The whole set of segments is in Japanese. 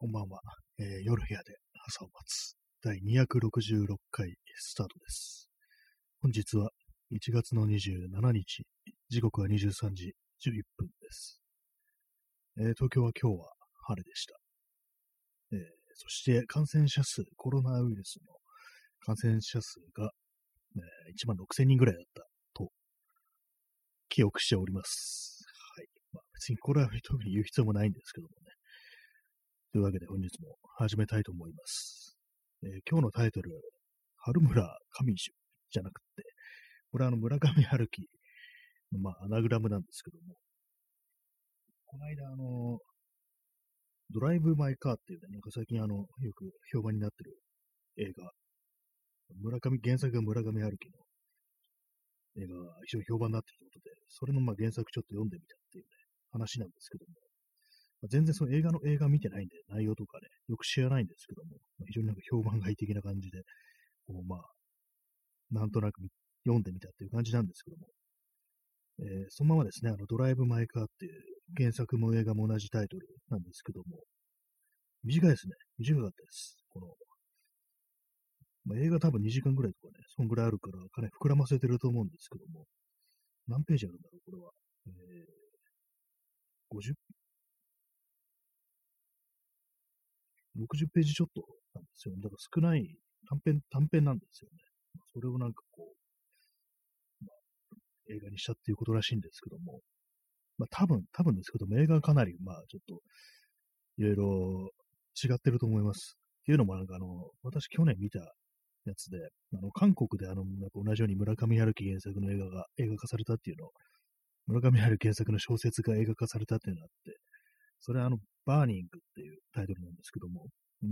こんばんは。夜部屋で朝を待つ第266回スタートです。本日は1月の27日、時刻は23時11分です。東京は今日は晴れでした。そして感染者数、コロナウイルスの感染者数が、1万6000人ぐらいだったと記憶しております。はい。別にこれは特に言う必要もないんですけどもね。というわけで本日も始めたいと思います。今日のタイトル、春村上樹じゃなくて、これは村上春樹の、アナグラムなんですけども、この間ドライブ・マイ・カーっていうね、なんか最近よく評判になってる映画、原作が村上春樹の映画が非常に評判になっているということで、それの原作ちょっと読んでみたっていうね、話なんですけども、全然その映画見てないんで、内容とかね、よく知らないんですけども、非常になんか評判がいい的な感じで、なんとなく読んでみたっていう感じなんですけども、そのままですね、ドライブ・マイ・カーっていう原作も映画も同じタイトルなんですけども、短いですね。短かったです。映画多分2時間ぐらいとかね、そんぐらいあるから、かなり膨らませてると思うんですけども、何ページあるんだろう、これは。50、60ページちょっとなんですよね。だから少ない短編なんですよね。それをなんか映画にしたっていうことらしいんですけども、多分ですけども、映画はかなり、ちょっと、いろいろ違ってると思います。っていうのもなんか私去年見たやつで、韓国でやっぱ同じように村上春樹原作の映画が映画化されたっていうのを、村上春樹原作の小説が映画化されたっていうのがあって、それはバーニングっていうタイトルなんですけども、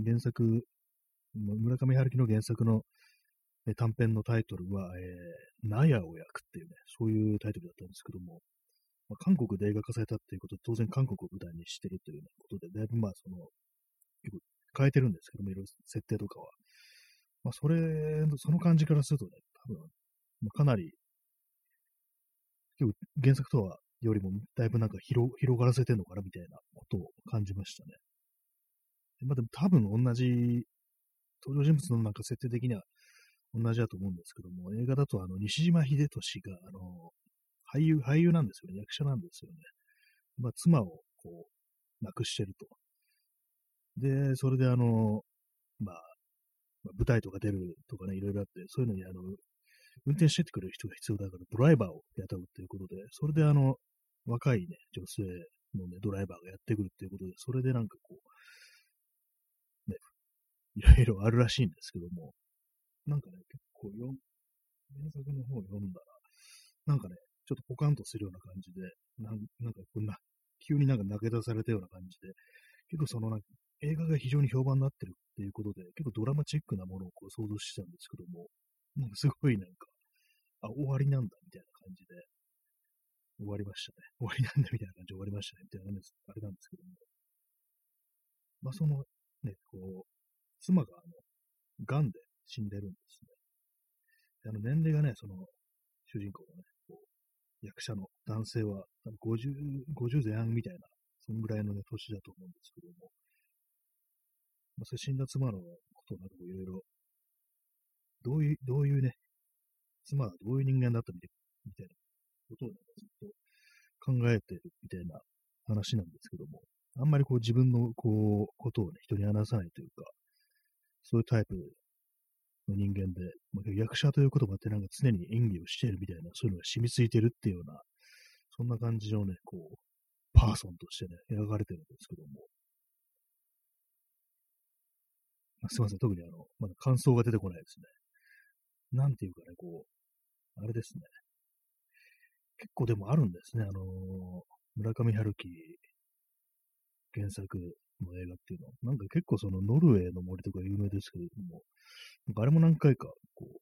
村上春樹の原作の短編のタイトルは、納屋を焼くっていうね、そういうタイトルだったんですけども、韓国で映画化されたっていうことで、当然韓国を舞台にしてるという、ことで、だいぶ結構変えてるんですけども、いろいろ設定とかは。その感じからするとね、多分、かなり、結構原作とはよりも、だいぶなんか広がらせてるのかな、みたいなことを感じましたね。でも多分同じ、登場人物のなんか設定的には同じだと思うんですけども、映画だと西島秀俊が、俳優なんですよね。役者なんですよね。妻を亡くしてると。で、それでまあ、舞台とか出るとかね、いろいろあって、そういうのに運転してってくれる人が必要だから、ドライバーを雇うっていうことで、それで若いね、女性のね、ドライバーがやってくるっていうことで、それでなんかね、いろいろあるらしいんですけども、なんかね、結構原作の方を読んだら、なんかね、ちょっとポカンとするような感じで、なんか急になんか投げ出されたような感じで、結構なんか映画が非常に評判になってるっていうことで、結構ドラマチックなものを想像してたんですけども、なんかすごいなんか、終わりなんだみたいな感じで、終わりましたね。終わりなんだみたいな感じで終わりましたね。みたいなあれなんですけども。ね、妻が癌で死んでるんですね。で年齢がね、主人公のね、役者の男性は50前半みたいな、そんぐらいのね、年だと思うんですけども、それ死んだ妻のことをなんかいろいろ、どういうね、妻はどういう人間だったみたいなことをね、ずっと考えてるみたいな話なんですけども、あんまり自分のことをね、人に話さないというか、そういうタイプの人間で、役者ということもあってなんか常に演技をしているみたいな、そういうのが染みついてるっていうような、そんな感じのね、パーソンとしてね、描かれてるんですけども、すいません、特にまだ感想が出てこないですね。なんていうかね、あれですね。結構でもあるんですね。村上春樹原作の映画っていうのは。なんか結構ノルウェーの森とか有名ですけれども、なんかあれも何回か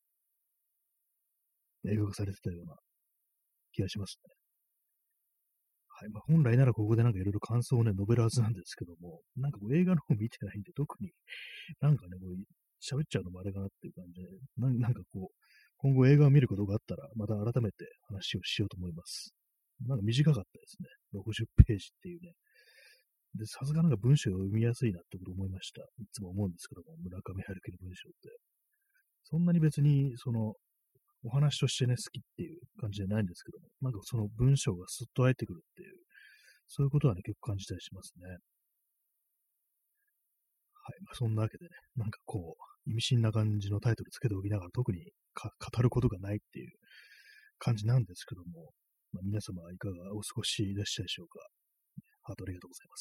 映画化されてたような気がしますね。はい。本来ならここでなんかいろいろ感想をね、述べるはずなんですけども、なんか映画の方見てないんで、特になんかね、喋っちゃうのもあれかなっていう感じで、なんか今後映画を見ることがあったら、また改めて話をしようと思います。なんか短かったですね。60ページっていうね。 で、さすがなんか文章を読みやすいなってこと思いました。いつも思うんですけども、村上春樹の文章って。そんなに別に、お話としてね、好きっていう感じじゃないんですけども、なんかその文章がスッと入ってくるっていう、そういうことはね、結構感じたりしますね。はい。まあ、そんなわけでね、なんかこう、意味深な感じのタイトルつけておきながら特に語ることがないっていう感じなんですけども、まあ、皆様いかがお過ごしでしたでしょうか。ハートありがとうございます。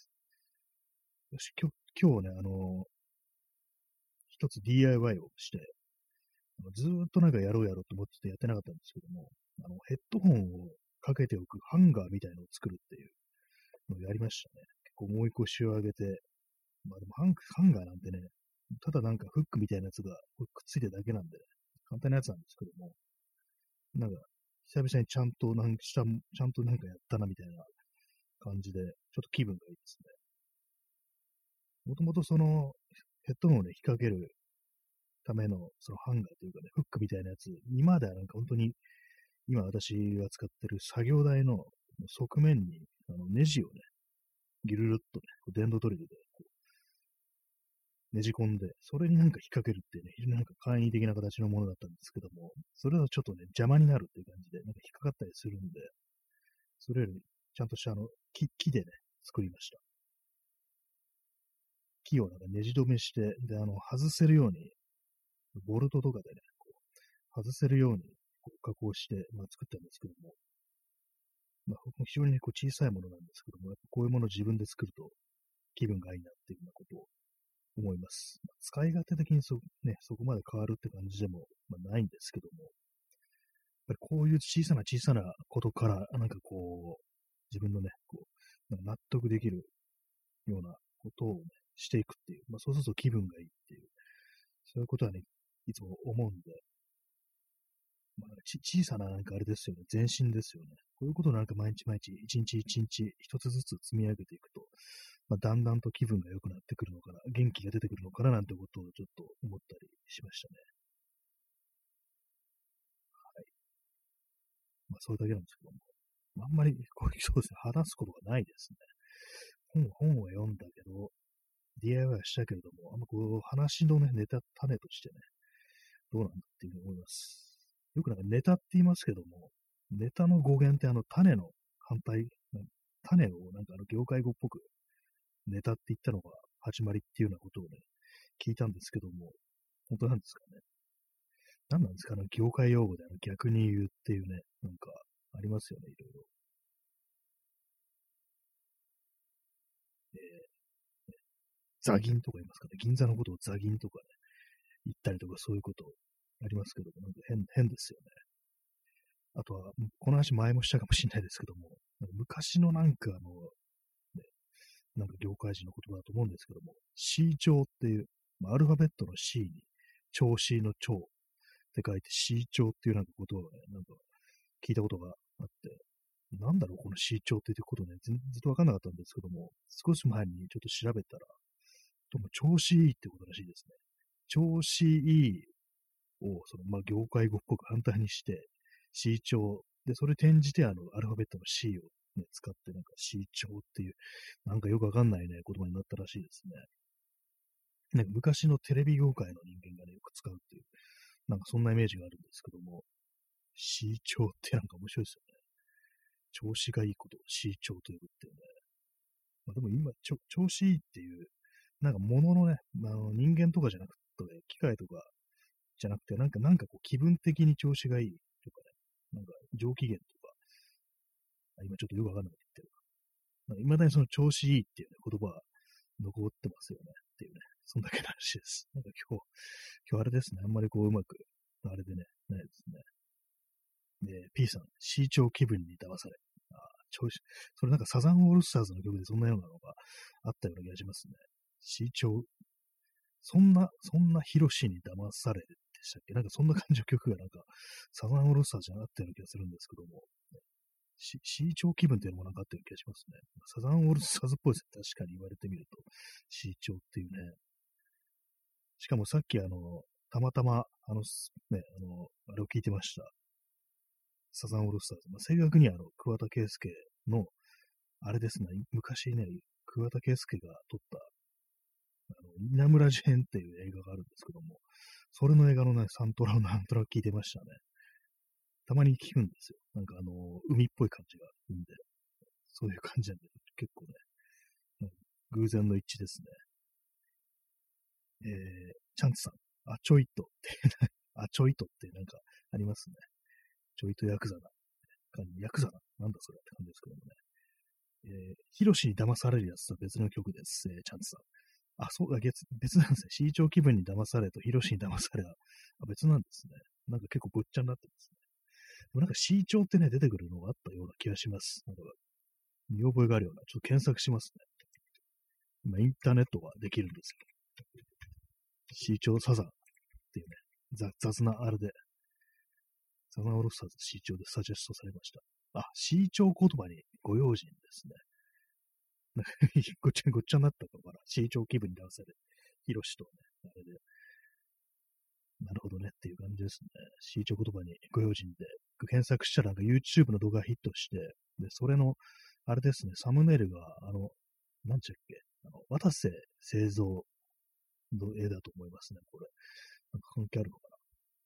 よし、今日ね、一つ DIY をして、ずーっとなんかやろうやろうと思っててやってなかったんですけども、ヘッドホンをかけておくハンガーみたいのを作るっていうのをやりましたね。結構もう一個仕上げて、まあでもハンガーなんてね、ただなんかフックみたいなやつがくっついてるだけなんで、簡単なやつなんですけども、なんか久々にちゃんとなんかやったなみたいな感じで、ちょっと気分がいいですね。もともとそのヘッドホンをね、引っ掛けるためのそのハンガーというかね、フックみたいなやつ、今まではなんか本当に今私が使ってる作業台の側面にネジをね、ギルルっとね、電動ドリルでこうねじ込んで、それになんか引っ掛けるっていうね、非常になんか簡易的な形のものだったんですけども、それだとちょっとね、邪魔になるっていう感じで、なんか引っかかったりするんで、それよりちゃんとした木でね、作りました。木をなんかねじ止めして、で、外せるように、ボルトとかでね、こう外せるようにこう加工して、まあ、作ったんですけども、まあ、非常にね、こう小さいものなんですけども、やっぱこういうものを自分で作ると気分がいいなっていうようなことを思います。まあ、使い勝手的にそこまで変わるって感じでも、まあ、ないんですけども、やっぱりこういう小さな小さなことから、なんかこう、自分のね、こう、なんか納得できるようなことをね、していくっていう、まあ、そうすると気分がいいっていう、そういうことはね、いつも思うんで、まあ、小さななんかあれですよね、前進ですよね。こういうことをなんか毎日毎日、一日一日一つずつ積み上げていくと、まあ、だんだんと気分が良くなってくるのかな、元気が出てくるのかななんてことをちょっと思ったりしましたね。はい。まあ、それだけなんですけども。あんまり、そうですね、話すことがないですね。本は読んだけど、DIY はしたけれども、あんまこう、話のね、種としてね、どうなんだっていうふうに思います。よくなんかネタって言いますけども、ネタの語源って種の反対、種をなんか業界語っぽくネタって言ったのが始まりっていうようなことをね、聞いたんですけども、本当なんですかね。何なんですかね、業界用語で逆に言うっていうね、なんかありますよね、いろいろ。えザギンとか言いますかね。銀座のことをザギンとかね、言ったりとかそういうことありますけども、なんか変ですよね。あとは、この話前もしたかもしれないですけども、なんか昔のなんかね、なんか業界人の言葉だと思うんですけども、C 調っていう、アルファベットの C に、調子の調って書いて C 調っていうなんかことをね、なんか聞いたことがあって、なんだろう、この C 調っていうことね、ずっとわかんなかったんですけども、少し前にちょっと調べたら、どうも調子いいってことらしいですね。調子いいを、まあ、業界語っぽく反対にして、C 調。で、それ転じて、アルファベットの C を、ね、使って、なんか C 調っていう、なんかよくわかんないね、言葉になったらしいですね。なんか昔のテレビ業界の人間がね、よく使うっていう、なんかそんなイメージがあるんですけども、C 調ってなんか面白いですよね。調子がいいことを C 調と呼ぶっていうね。まあ、でも今、調子いいっていう、なんか物のね、人間とかじゃなくて、機械とかじゃなくて、なんかこう気分的に調子がいいとかね、なんか上機嫌とか、今ちょっとよくわかんないこと言ってる。なんか未だにその調子いいっていうね、言葉は残ってますよねっていうね、そんだけの話です。なんか今日あれですね、あんまりこううまく、あれでね、ないですね。P さん、C 調気分に騙され。調子、それなんかサザンオールスターズの曲でそんなようなのがあったような気がしますね。C 調、そんなヒロシに騙されでしたっけ、なんかそんな感じの曲がなんかサザンオールスターズじゃなかったような気がするんですけども、C 調気分っていうのもなんかあったような気がしますね。サザンオールスターズっぽいですね。確かに言われてみると。C 調っていうね。しかもさっきたまたま、あれを聞いてました。サザンオールスターズ。正確に桑田佳祐の、あれですね、昔ね、 桑田佳祐が撮った、稲村ジェーンっていう映画があるんですけども、それの映画のね、サントラをなんとなく聞いてましたね。たまに聞くんですよ。なんか海っぽい感じがいいんで、そういう感じなんで、結構ね、偶然の一致ですね。チャンツさん、あちょいとってあちょいとってなんかありますね。ちょいとヤクザな。ヤクザな。なんだそれって感じですけどもね。ヒロシに騙されるやつとは別の曲です。チャンツさん。あ、そうだ、別なんですね。シーチョー気分に騙されとヒロシに騙されは別なんですね。なんか結構ごっちゃになってますね。でもなんかシーチョーってね、出てくるのがあったような気がします。なんか見覚えがあるような。ちょっと検索しますね。今、インターネットができるんですけど。シーチョーサザンっていうね、雑なあれで、サザンオールスターズシーチョーでサジェストされました。あ、シーチョー言葉にご用心ですね。ごっちゃになったのかな。シーチョー気分に騙され、ヒロシとね、あれで。なるほどねっていう感じですね。シーチョー言葉にご用心で、検索したらなんか YouTube の動画がヒットして、で、それの、あれですね、サムネイルが、なんちゃっけ、渡瀬製造の絵だと思いますね、これ。なんか関係あるのか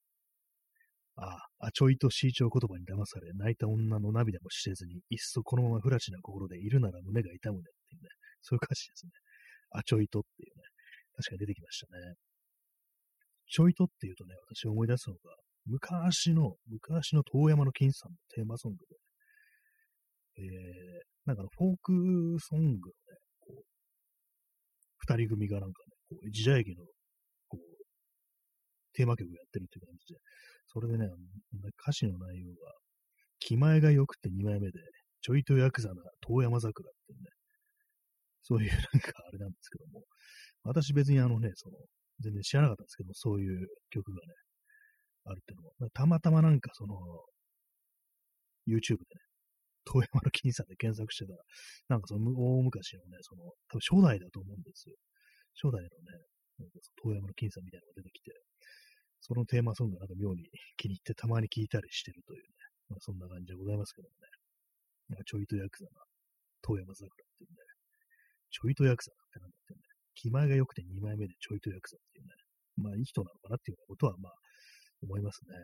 な。ちょいとシーチョー言葉に騙され、泣いた女の涙も知れずに、いっそこのまま不埒な心でいるなら胸が痛むねっていうね、そういう歌詞ですね。ちょいとっていうね、確かに出てきましたね。ちょいとっていうとね、私思い出すのが、昔の遠山の金さんのテーマソングで、なんかフォークソングのね、こう、二人組がなんかね、こう、自社駅の、こう、テーマ曲をやってるっていう感じで、それでね、歌詞の内容が、気前が良くて二枚目で、ちょいとヤクザな遠山桜っていうね、そういうなんかあれなんですけども、私別に全然知らなかったんですけども、そういう曲がね、あるっていうのも、たまたまなんかYouTube でね、遠山の金さんで検索してたら、なんか大昔のね、多分初代だと思うんですよ。初代のね、なんか遠山の金さんみたいなのが出てきて、そのテーマソングがなんか妙に気に入ってたまに聴いたりしてるというね、そんな感じでございますけどもね。なんかちょいとヤクザな遠山桜っていうね、ちょいとヤクザってなんだってね、気前が良くて2枚目でちょいとヤクザっていうね、いい人なのかなっていうことは思いますね。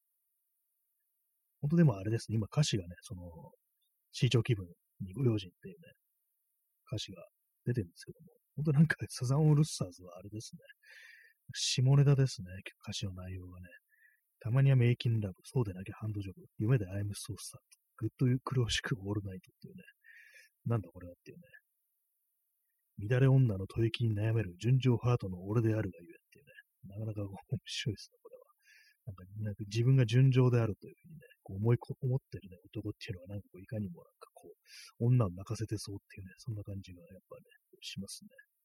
本当でもあれですね、今歌詞がね、市長気分にご用心っていうね、歌詞が出てるんですけども、本当なんかサザンオールスターズはあれですね、下ネタですね、歌詞の内容がね。たまにはメイキンラブ、そうでなきゃハンドジョブ、夢でアイムソースター、グッド苦しくオールナイトっていうね、なんだこれはっていうね、乱れ女の吐息に悩める純情ハートの俺であるがゆえっていうね、なかなか面白いですね、これは。なんか自分が純情であるというふうにね、こう思ってるね、男っていうのはなんかいかにもなんかこう、女を泣かせてそうっていうね、そんな感じがやっぱね、しますね。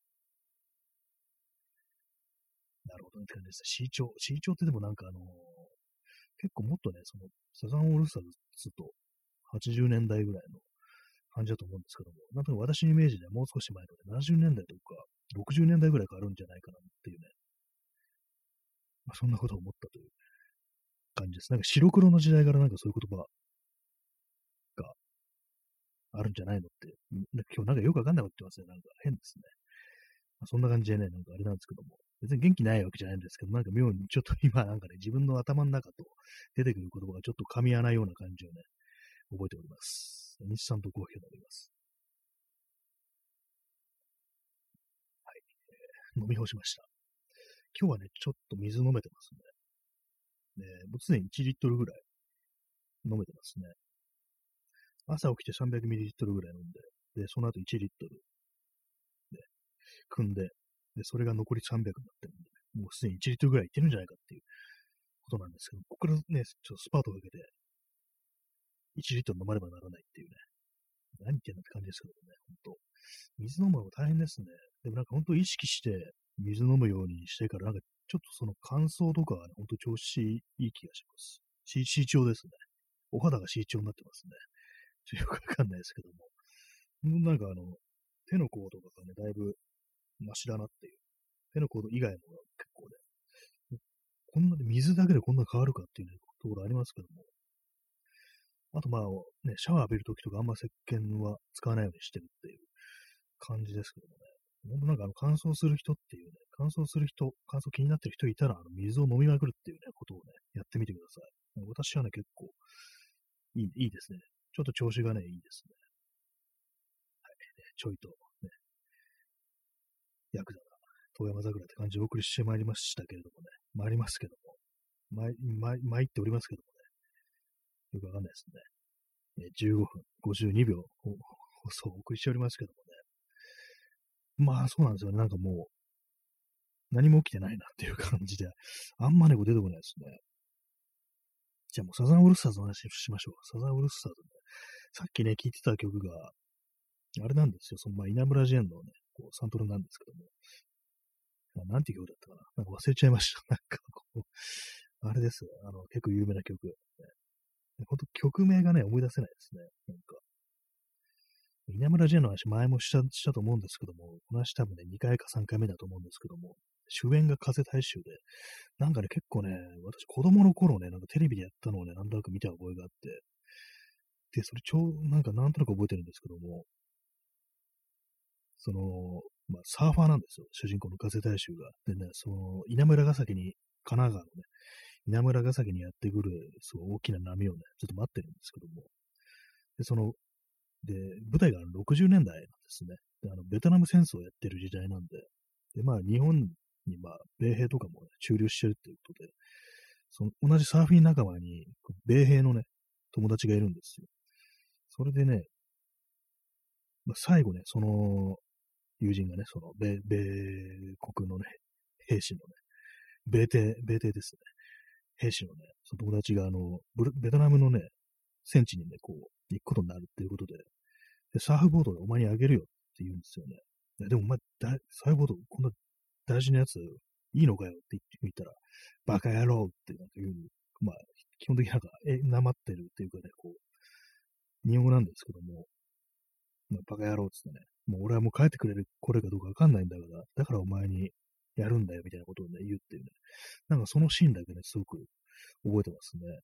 なるほどねって感じですね。シーチョーってでもなんか結構もっとね、サザンオールスターズと80年代ぐらいの感じだと思うんですけども、なんとなく私のイメージではもう少し前のね、70年代とか60年代ぐらいからあるんじゃないかなっていうね、そんなことを思ったという感じです。なんか白黒の時代からなんかそういう言葉があるんじゃないのって、今日なんかよくわかんないこと言ってますね。なんか変ですね。そんな感じでね、なんかあれなんですけども、別に元気ないわけじゃないんですけど、なんか妙にちょっと今なんかね、自分の頭の中と出てくる言葉がちょっと噛み合わないような感じをね、覚えております。日産とコーヒーになります。はい、飲み干しました。今日はね、ちょっと水飲めてますね。もう常に1リットルぐらい飲めてますね。朝起きて 300ml ぐらい飲んで、で、その後1リットルで汲んで、で、それが残り300になってるんで、もうすでに1リットルぐらいいってるんじゃないかっていうことなんですけど、ここからね、ちょっとスパートをかけて、1リットル飲まねばならないっていうね、何言ってんだって感じですけどね、本当水飲むのも大変ですね。でもなんか本当意識して水飲むようにしてから、なんかちょっとその乾燥とかはね、本当調子いい気がします。シーチョウですね。お肌がシーチョウになってますね。よくわかんないですけども。なんか手の甲とかがね、だいぶマシだなっていう。手の甲以外のが結構ね、こんなで水だけでこんな変わるかっていうね、ところありますけども。あとね、シャワー浴びるときとかあんま石鹸は使わないようにしてるっていう感じですけどもね。ほんとなんか乾燥する人っていうね、乾燥する人、乾燥気になってる人いたら、水を飲みまくるっていうね、ことをね、やってみてください。私はね、結構いいですね。ちょっと調子がね、いいですね。ちょいと、ね、ヤクザな、遠山桜って感じでお送りしてまいりましたけれどもね。参りますけども。参っておりますけどもね。よくわかんないですね。15分52秒放送をお送りしておりますけどもね。まあそうなんですよね。なんかもう何も起きてないなっていう感じで、あんまね、こう出てこないですね。じゃあもうサザンオールスターズの話しましょう。サザンオールスターズね。さっきね、聴いてた曲が、あれなんですよ。まあ、稲村ジェーンのね、こうサントルなんですけども、なんていう曲だったかな。なんか忘れちゃいました。なんかこう、あれです。結構有名な曲。ね、ほんと曲名がね、思い出せないですね。なんか、稲村ジェーンの話前もしたと思うんですけども、この話多分ね、2回か3回目だと思うんですけども、主演が風大衆で、なんかね、結構ね、私子供の頃ね、なんかテレビでやったのをね、なんとなく見た覚えがあって、で、それなんかなんとなく覚えてるんですけども、その、まあ、サーファーなんですよ、主人公の風大衆が。でね、稲村ヶ崎に、神奈川のね、稲村ヶ崎にやってくる、大きな波をね、ちょっと待ってるんですけども、で、で、舞台が60年代なんですね。で、ベトナム戦争をやってる時代なんで、で、まあ、日本に、まあ、米兵とかも、ね、駐留してるっていうことで、同じサーフィン仲間に、米兵のね、友達がいるんですよ。それでね、まあ、最後ね、その友人がね、米国のね、兵士のね、米帝ですね。兵士のね、その友達がベトナムのね、戦地にね、こう、行くことになるっていうことで、サーフボードでお前にあげるよって言うんですよね。いや、でもお前、サーフボード、こんな大事なやつ、いいのかよって言ってみたら、バカ野郎ってなんか言うに、まあ、基本的になんか、なまってるっていうかね、こう、日本語なんですけども、まあ、バカ野郎っつってね、もう俺はもう帰ってくれる、これかどうかわかんないんだから、だからお前にやるんだよみたいなことをね、言うっていうね、なんかそのシーンだけね、すごく覚えてますね。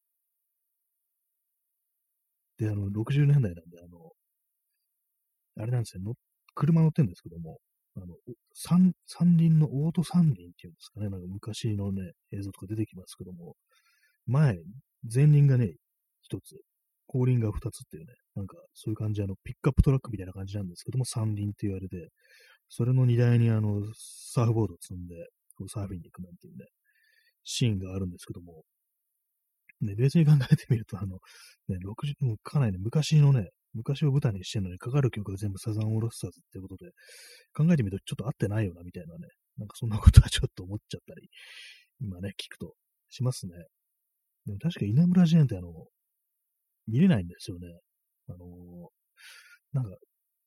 で、60年代なんで、あれなんですよ、車乗ってんですけども、三輪のオート三輪っていうんですかね、なんか昔のね、映像とか出てきますけども、前輪がね、一つ、後輪が二つっていうね、なんかそういう感じ、ピックアップトラックみたいな感じなんですけども、三輪って言われて、それの荷台にサーフボードを積んで、こうサーフィンに行くなんていうね、シーンがあるんですけども、ね、冷静に考えてみると、ね、60、もうかなりね、昔を舞台にしてるのにかかる曲が全部サザンオールスターズってことで、考えてみるとちょっと合ってないよな、みたいなね、なんかそんなことはちょっと思っちゃったり、今ね、聞くとしますね。でも確か稲村ジェーンって見れないんですよね。あの、なんか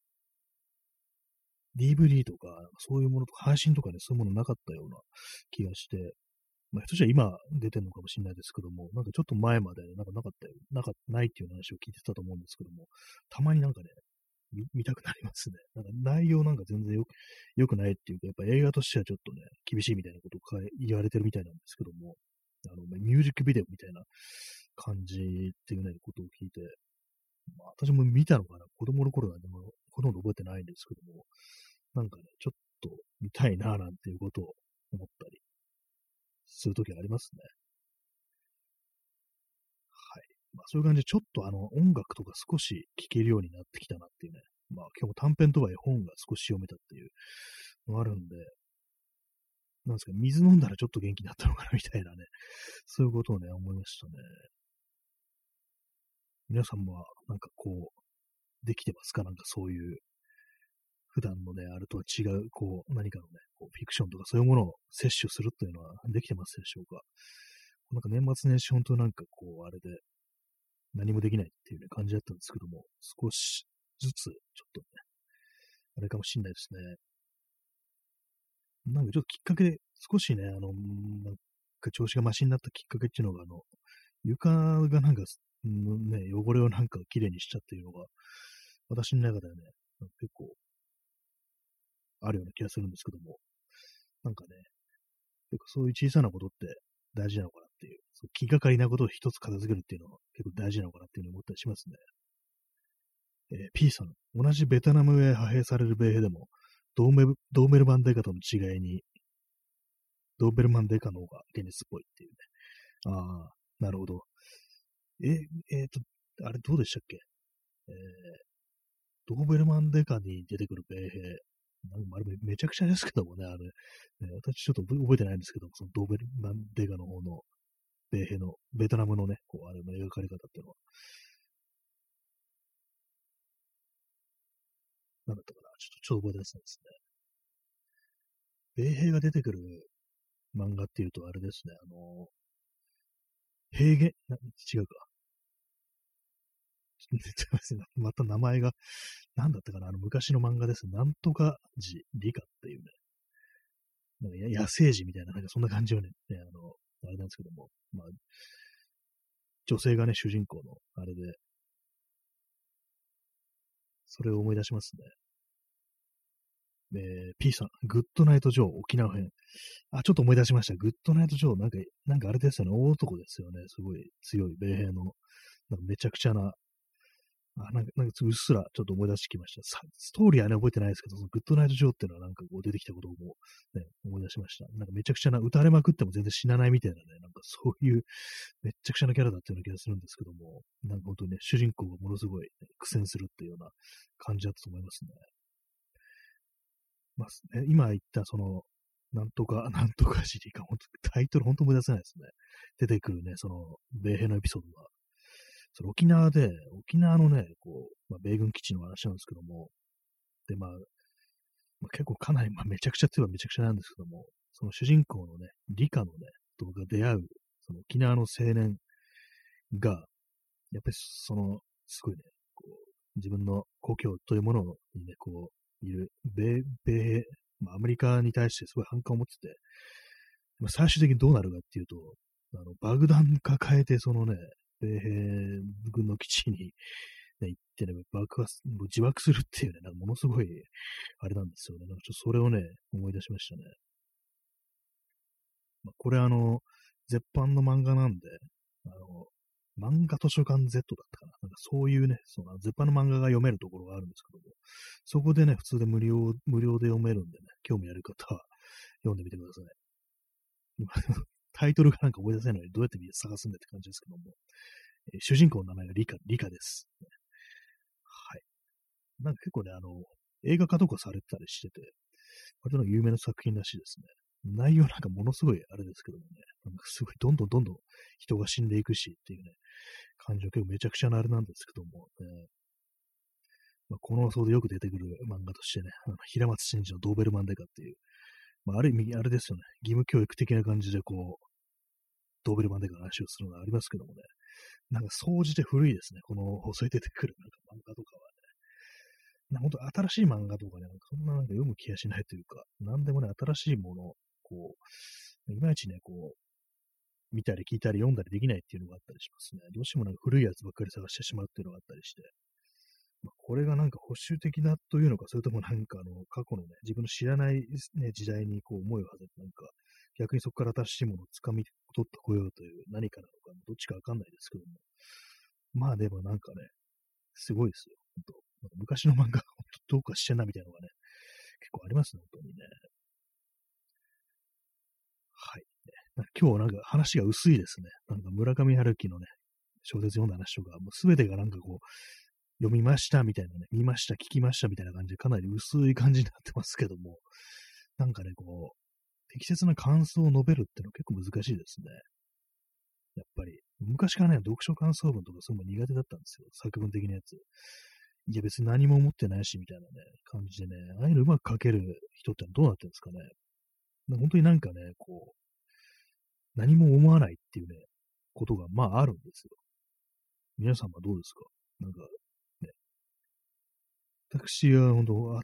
DVD とか、そういうものとか、配信とかね、そういうものなかったような気がして、まあ、ひょっとしたら今出てるのかもしれないですけども、なんかちょっと前まで、なんかなかったよ、ないっていう話を聞いてたと思うんですけども、たまになんかね、見たくなりますね。なんか内容なんか全然良くないっていうか、やっぱ映画としてはちょっとね、厳しいみたいなことを言われてるみたいなんですけども、ミュージックビデオみたいな感じっていうね、ことを聞いて、まあ、私も見たのかな、子供の頃なんで、もうほとんど覚えてないんですけども、なんかね、ちょっと見たいな、なんていうことを思ったりするときありますね。はい。まあ、そういう感じで、ちょっと音楽とか少し聴けるようになってきたなっていうね。まあ、今日も短編とはいえ本が少し読めたっていうのがあるんで、なんですか、水飲んだらちょっと元気になったのかなみたいなね。そういうことをね、思いましたね。皆さんも、なんかこう、できてますかなんかそういう、普段のね、あれとは違う、こう、何かのね、こうフィクションとかそういうものを摂取するっていうのはできてますでしょうか。なんか年末年始、本当なんかこう、あれで、何もできないっていうね、感じだったんですけども、少しずつ、ちょっとね、あれかもしんないですね。なんかちょっときっかけで、少しね、なんか調子がマシになったきっかけっていうのが、床がなんか、ね、汚れをなんか綺麗にしちゃっていうのが、私の中ではね、結構あるような気がするんですけども、なんかね、結構そういう小さなことって大事なのかなっていう、そう気がかりなことを一つ片付けるっていうのは結構大事なのかなっていうふうに思ったりしますね。 P さん、同じベトナムへ派兵される米兵でも、ドーベルマンデカとの違いに、ドーベルマンデカの方が現実っぽいっていうね。ああ、なるほど。え、あれどうでしたっけ？えードーベルマンデカに出てくる米兵。なんかあれめちゃくちゃですけどもね、あれ。私ちょっと覚えてないんですけども、そのドーベルマンデカの方の米兵の、ベトナムのね、こう、あれの描かれ方っていうのは、なんだったかな。ちょっと覚えてないですね。米兵が出てくる漫画っていうと、あれですね、平原、違うか。また名前が、なんだったかな、昔の漫画です。なんとか寺理科っていうね、なんか野生児みたいな、なんかそんな感じよね、あれなんですけども、まあ、女性がね、主人公の、あれで、それを思い出しますね。P さん、グッドナイト・ジョー、沖縄編。あ、ちょっと思い出しました。グッドナイト・ジョー、なんかあれですよね、大男ですよね。すごい強い米兵の、なんかめちゃくちゃな、なんかうっすらちょっと思い出してきました。ストーリーはね、覚えてないですけど、そのグッドナイト・ジョーっていうのはなんかこう出てきたこともね、思い出しました。なんかめちゃくちゃな、撃たれまくっても全然死なないみたいなね、なんかそういうめっちゃくちゃなキャラだったような気がするんですけども、なんか本当にね、主人公がものすごい、ね、苦戦するっていうような感じだったと思いますね。まあ、ね、今言ったその、なんとか、なんとかシリーが、本当タイトル本当思い出せないですね。出てくるね、その、米兵のエピソードが。その沖縄で、沖縄のね、こう、米軍基地の話なんですけども、で、結構かなり、めちゃくちゃ強いはめちゃくちゃなんですけども、その主人公のね、理科のね、とが出会う、その沖縄の青年が、やっぱりその、すごいね、こう、自分の故郷というものにね、こう、いる、米、アメリカに対してすごい反感を持ってて、最終的にどうなるかっていうと、爆弾抱えて、そのね、米兵軍の基地に、ね、行ってね、自爆するっていうね、なんかものすごい、あれなんですよね。なんかちょっとそれをね、思い出しましたね。これ絶版の漫画なんで、あの、漫画図書館 Z だったかな。なんかそういうね、その絶版の漫画が読めるところがあるんですけども、そこでね、普通で無料で読めるんでね、興味ある方は読んでみてください。今、タイトルがなんか思い出せないのにどうやって探すんだって感じですけども、主人公の名前がリカです。はい。なんか結構ね、映画化とかされてたりしてて、割と有名な作品らしいですね。内容なんかものすごいあれですけどもね、なんかすごいどんどんどんどん人が死んでいくしっていうね、感じは結構めちゃくちゃなあれなんですけども、この放送でよく出てくる漫画としてね、平松真二のドーベルマンデカっていう、ある意味あれですよね、義務教育的な感じでこう、ドーベルマンデカの話をするのがありますけどもね、なんか総じて古いですね、この放送に出てくるなんか漫画とかはね。本当新しい漫画とかね、そんななんか読む気がしないというか、なんでもね、新しいもの、こう、いまいちね、こう、見たり聞いたり読んだりできないっていうのがあったりしますね。どうしてもなんか古いやつばっかり探してしまうっていうのがあったりして、これがなんか保守的だというのか、それともなんか過去のね、自分の知らない、ね、時代にこう思いを馳せて、なんか逆にそこから新しいものを掴み取ってこようという何かなのか、どっちかわかんないですけども。でもなんかね、すごいですよ。本当昔の漫画、本当どうかしてんなみたいなのがね、結構ありますね、本当にね。はい。今日はなんか話が薄いですね。なんか村上春樹のね、小説読んだ話とか、もうすべてがなんかこう、読みましたみたいなね、見ました、聞きましたみたいな感じで、かなり薄い感じになってますけども、なんかね、こう、適切な感想を述べるっていうのは結構難しいですね。やっぱり。昔からね、読書感想文とかそういうの苦手だったんですよ。作文的なやつ。いや別に何も思ってないし、みたいなね、感じでね、ああいうのうまく書ける人ってどうなってるんですかね。本当になんかね、こう、何も思わないっていうね、ことがあるんですよ。皆さんはどうですか？なんか、ね、私は本当あって、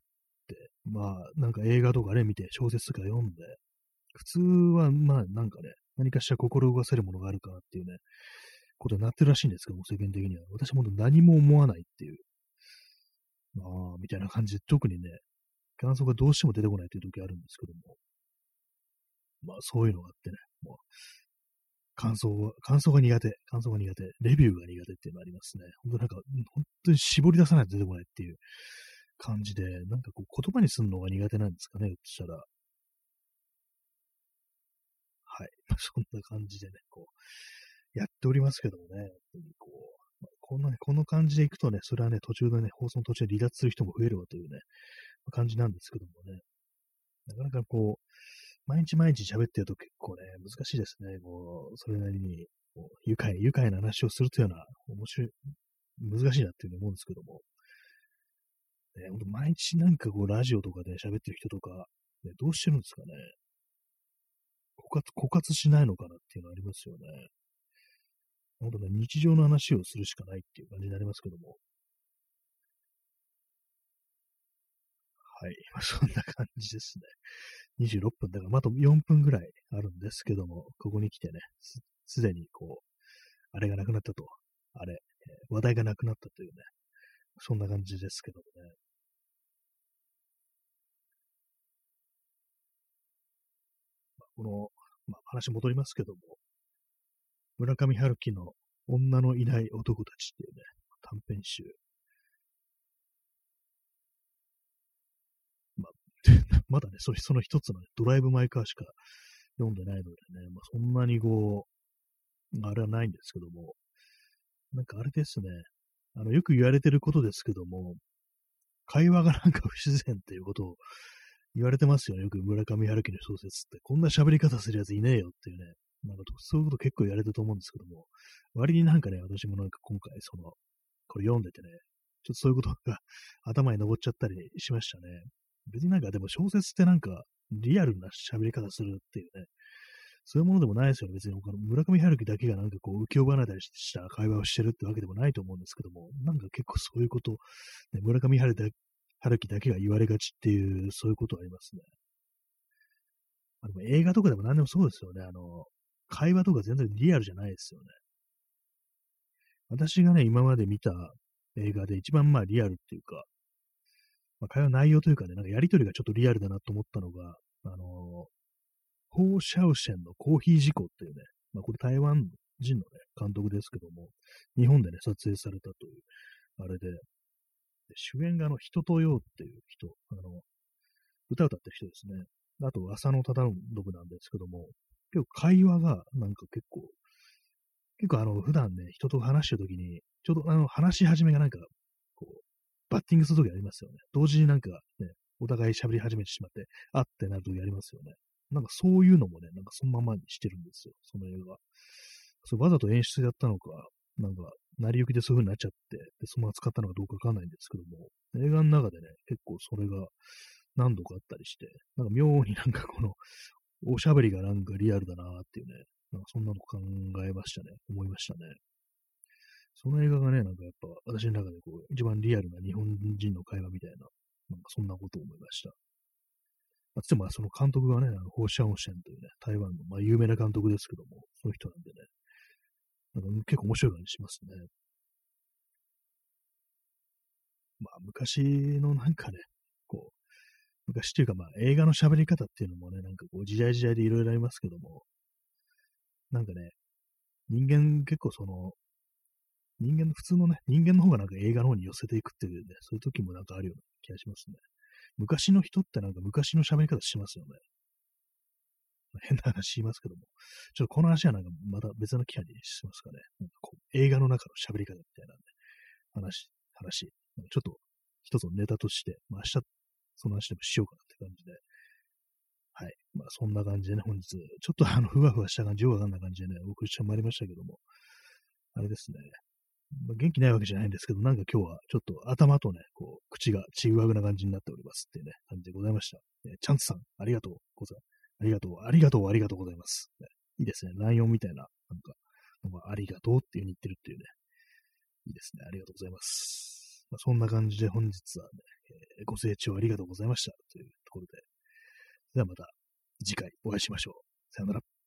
なんか映画とかね、見て小説とか読んで、普通はなんかね、何かしら心動かせるものがあるかなっていうね、ことになってるらしいんですけども、世間的には。私は本当何も思わないっていう、みたいな感じで、特にね、感想がどうしても出てこないという時あるんですけども、そういうのがあってね、もう感想が苦手、感想が苦手、レビューが苦手っていうのがありますね。本当なんか、本当に絞り出さないと出てこないっていう感じで、なんかこう言葉にするのが苦手なんですかね、ひょっとしたら。はい。そんな感じでね、こう、やっておりますけどもね、本当にこう、この感じでいくとね、それはね、途中でね、放送の途中で離脱する人も増えるわというね、感じなんですけどもね、なかなかこう、毎日毎日喋ってると結構ね、難しいですね。こう、それなりに、こう愉快な話をするというような、面白い、難しいなっていうふうに思うんですけども、ね、ほんと毎日なんかこう、ラジオとかで喋ってる人とか、ね、どうしてるんですかね。枯渇しないのかなっていうのありますよね。ほんとね、日常の話をするしかないっていう感じになりますけども。はい。そんな感じですね。26分、だからまだ4分ぐらいあるんですけども、ここに来てね、すでにこう、あれがなくなったと。あれ、話題がなくなったというね、そんな感じですけどもね。この、話戻りますけども、村上春樹の女のいない男たちっていうね、短編集。まあ、まだね、その一つのね、ドライブ・マイ・カーしか読んでないのでね、そんなにこう、あれはないんですけども、なんかあれですね、よく言われてることですけども、会話がなんか不自然っていうことを言われてますよね。よく村上春樹の小説って。こんな喋り方するやついねえよっていうね。そういうこと結構言われてると思うんですけども、割になんかね、私もなんか今回これ読んでてね、ちょっとそういうことが頭に残っちゃったりしましたね。別になんかでも小説ってなんかリアルな喋り方するっていうね、そういうものでもないですよね。別に他の村上春樹だけがなんかこう浮世離れした会話をしてるってわけでもないと思うんですけども、なんか結構そういうこと、ね、村上春樹だけが言われがちっていう、そういうことありますね。でも映画とかでも何でもそうですよね。会話とか全然リアルじゃないですよね。私がね、今まで見た映画で一番リアルっていうか、会話内容というかね、なんかやりとりがちょっとリアルだなと思ったのが、ホー・シャオシェンのコーヒー事故っていうね、これ台湾人のね、監督ですけども、日本でね、撮影されたという、あれで、主演が人とようっていう人、歌歌ってる人ですね。あと、浅野忠信なんですけども、結構会話が、なんか結構普段ね、人と話してるときに、ちょうど話し始めがなんか、こう、バッティングするときありますよね。同時になんかね、お互い喋り始めてしまって、あってなるときありますよね。なんかそういうのもね、なんかそのままにしてるんですよ、その映画。わざと演出やったのか、なんか、成り行きでそういう風になっちゃって、で、そのまま使ったのかどうかわかんないんですけども、映画の中でね、結構それが何度かあったりして、なんか妙になんかおしゃべりがなんかリアルだなーっていうね、なんかそんなの考えましたね。思いましたね。その映画がね、なんかやっぱ私の中で一番リアルな日本人の会話みたいな、なんかそんなことを思いました。つってもその監督がね、ホーシャオシェンというね、台湾の有名な監督ですけども、そういう人なんでね、なんか結構面白い感じしますね。昔のなんかね、こ昔っていうか映画の喋り方っていうのもね、なんか時代時代でいろいろありますけども、なんかね、人間結構普通のね、人間の方がなんか映画の方に寄せていくっていうね、そういう時もなんかあるような気がしますね。昔の人ってなんか昔の喋り方しますよね。変な話言いますけども。ちょっとこの話はなんかまた別の機会にしますかね。なんか映画の中の喋り方みたいなんで、話。ちょっと一つのネタとして、明日その話でもしようかなって感じで。はい。そんな感じでね、本日、ちょっとふわふわした感じ、よくわかんない感じでね、お送りしてまいりましたけども、あれですね。元気ないわけじゃないんですけど、なんか今日はちょっと頭とね、口がちぐわぐな感じになっておりますっていうね、感じでございました。チャンツさん、ありがとうございます。ありがとう、ありがとう、ありがとうございます。いいですね。ライオンみたいな、ありがとうっていう風に言ってるっていうね。いいですね。ありがとうございます。そんな感じで本日はね、ご清聴ありがとうございましたというところで、ではまた次回お会いしましょう。さよなら。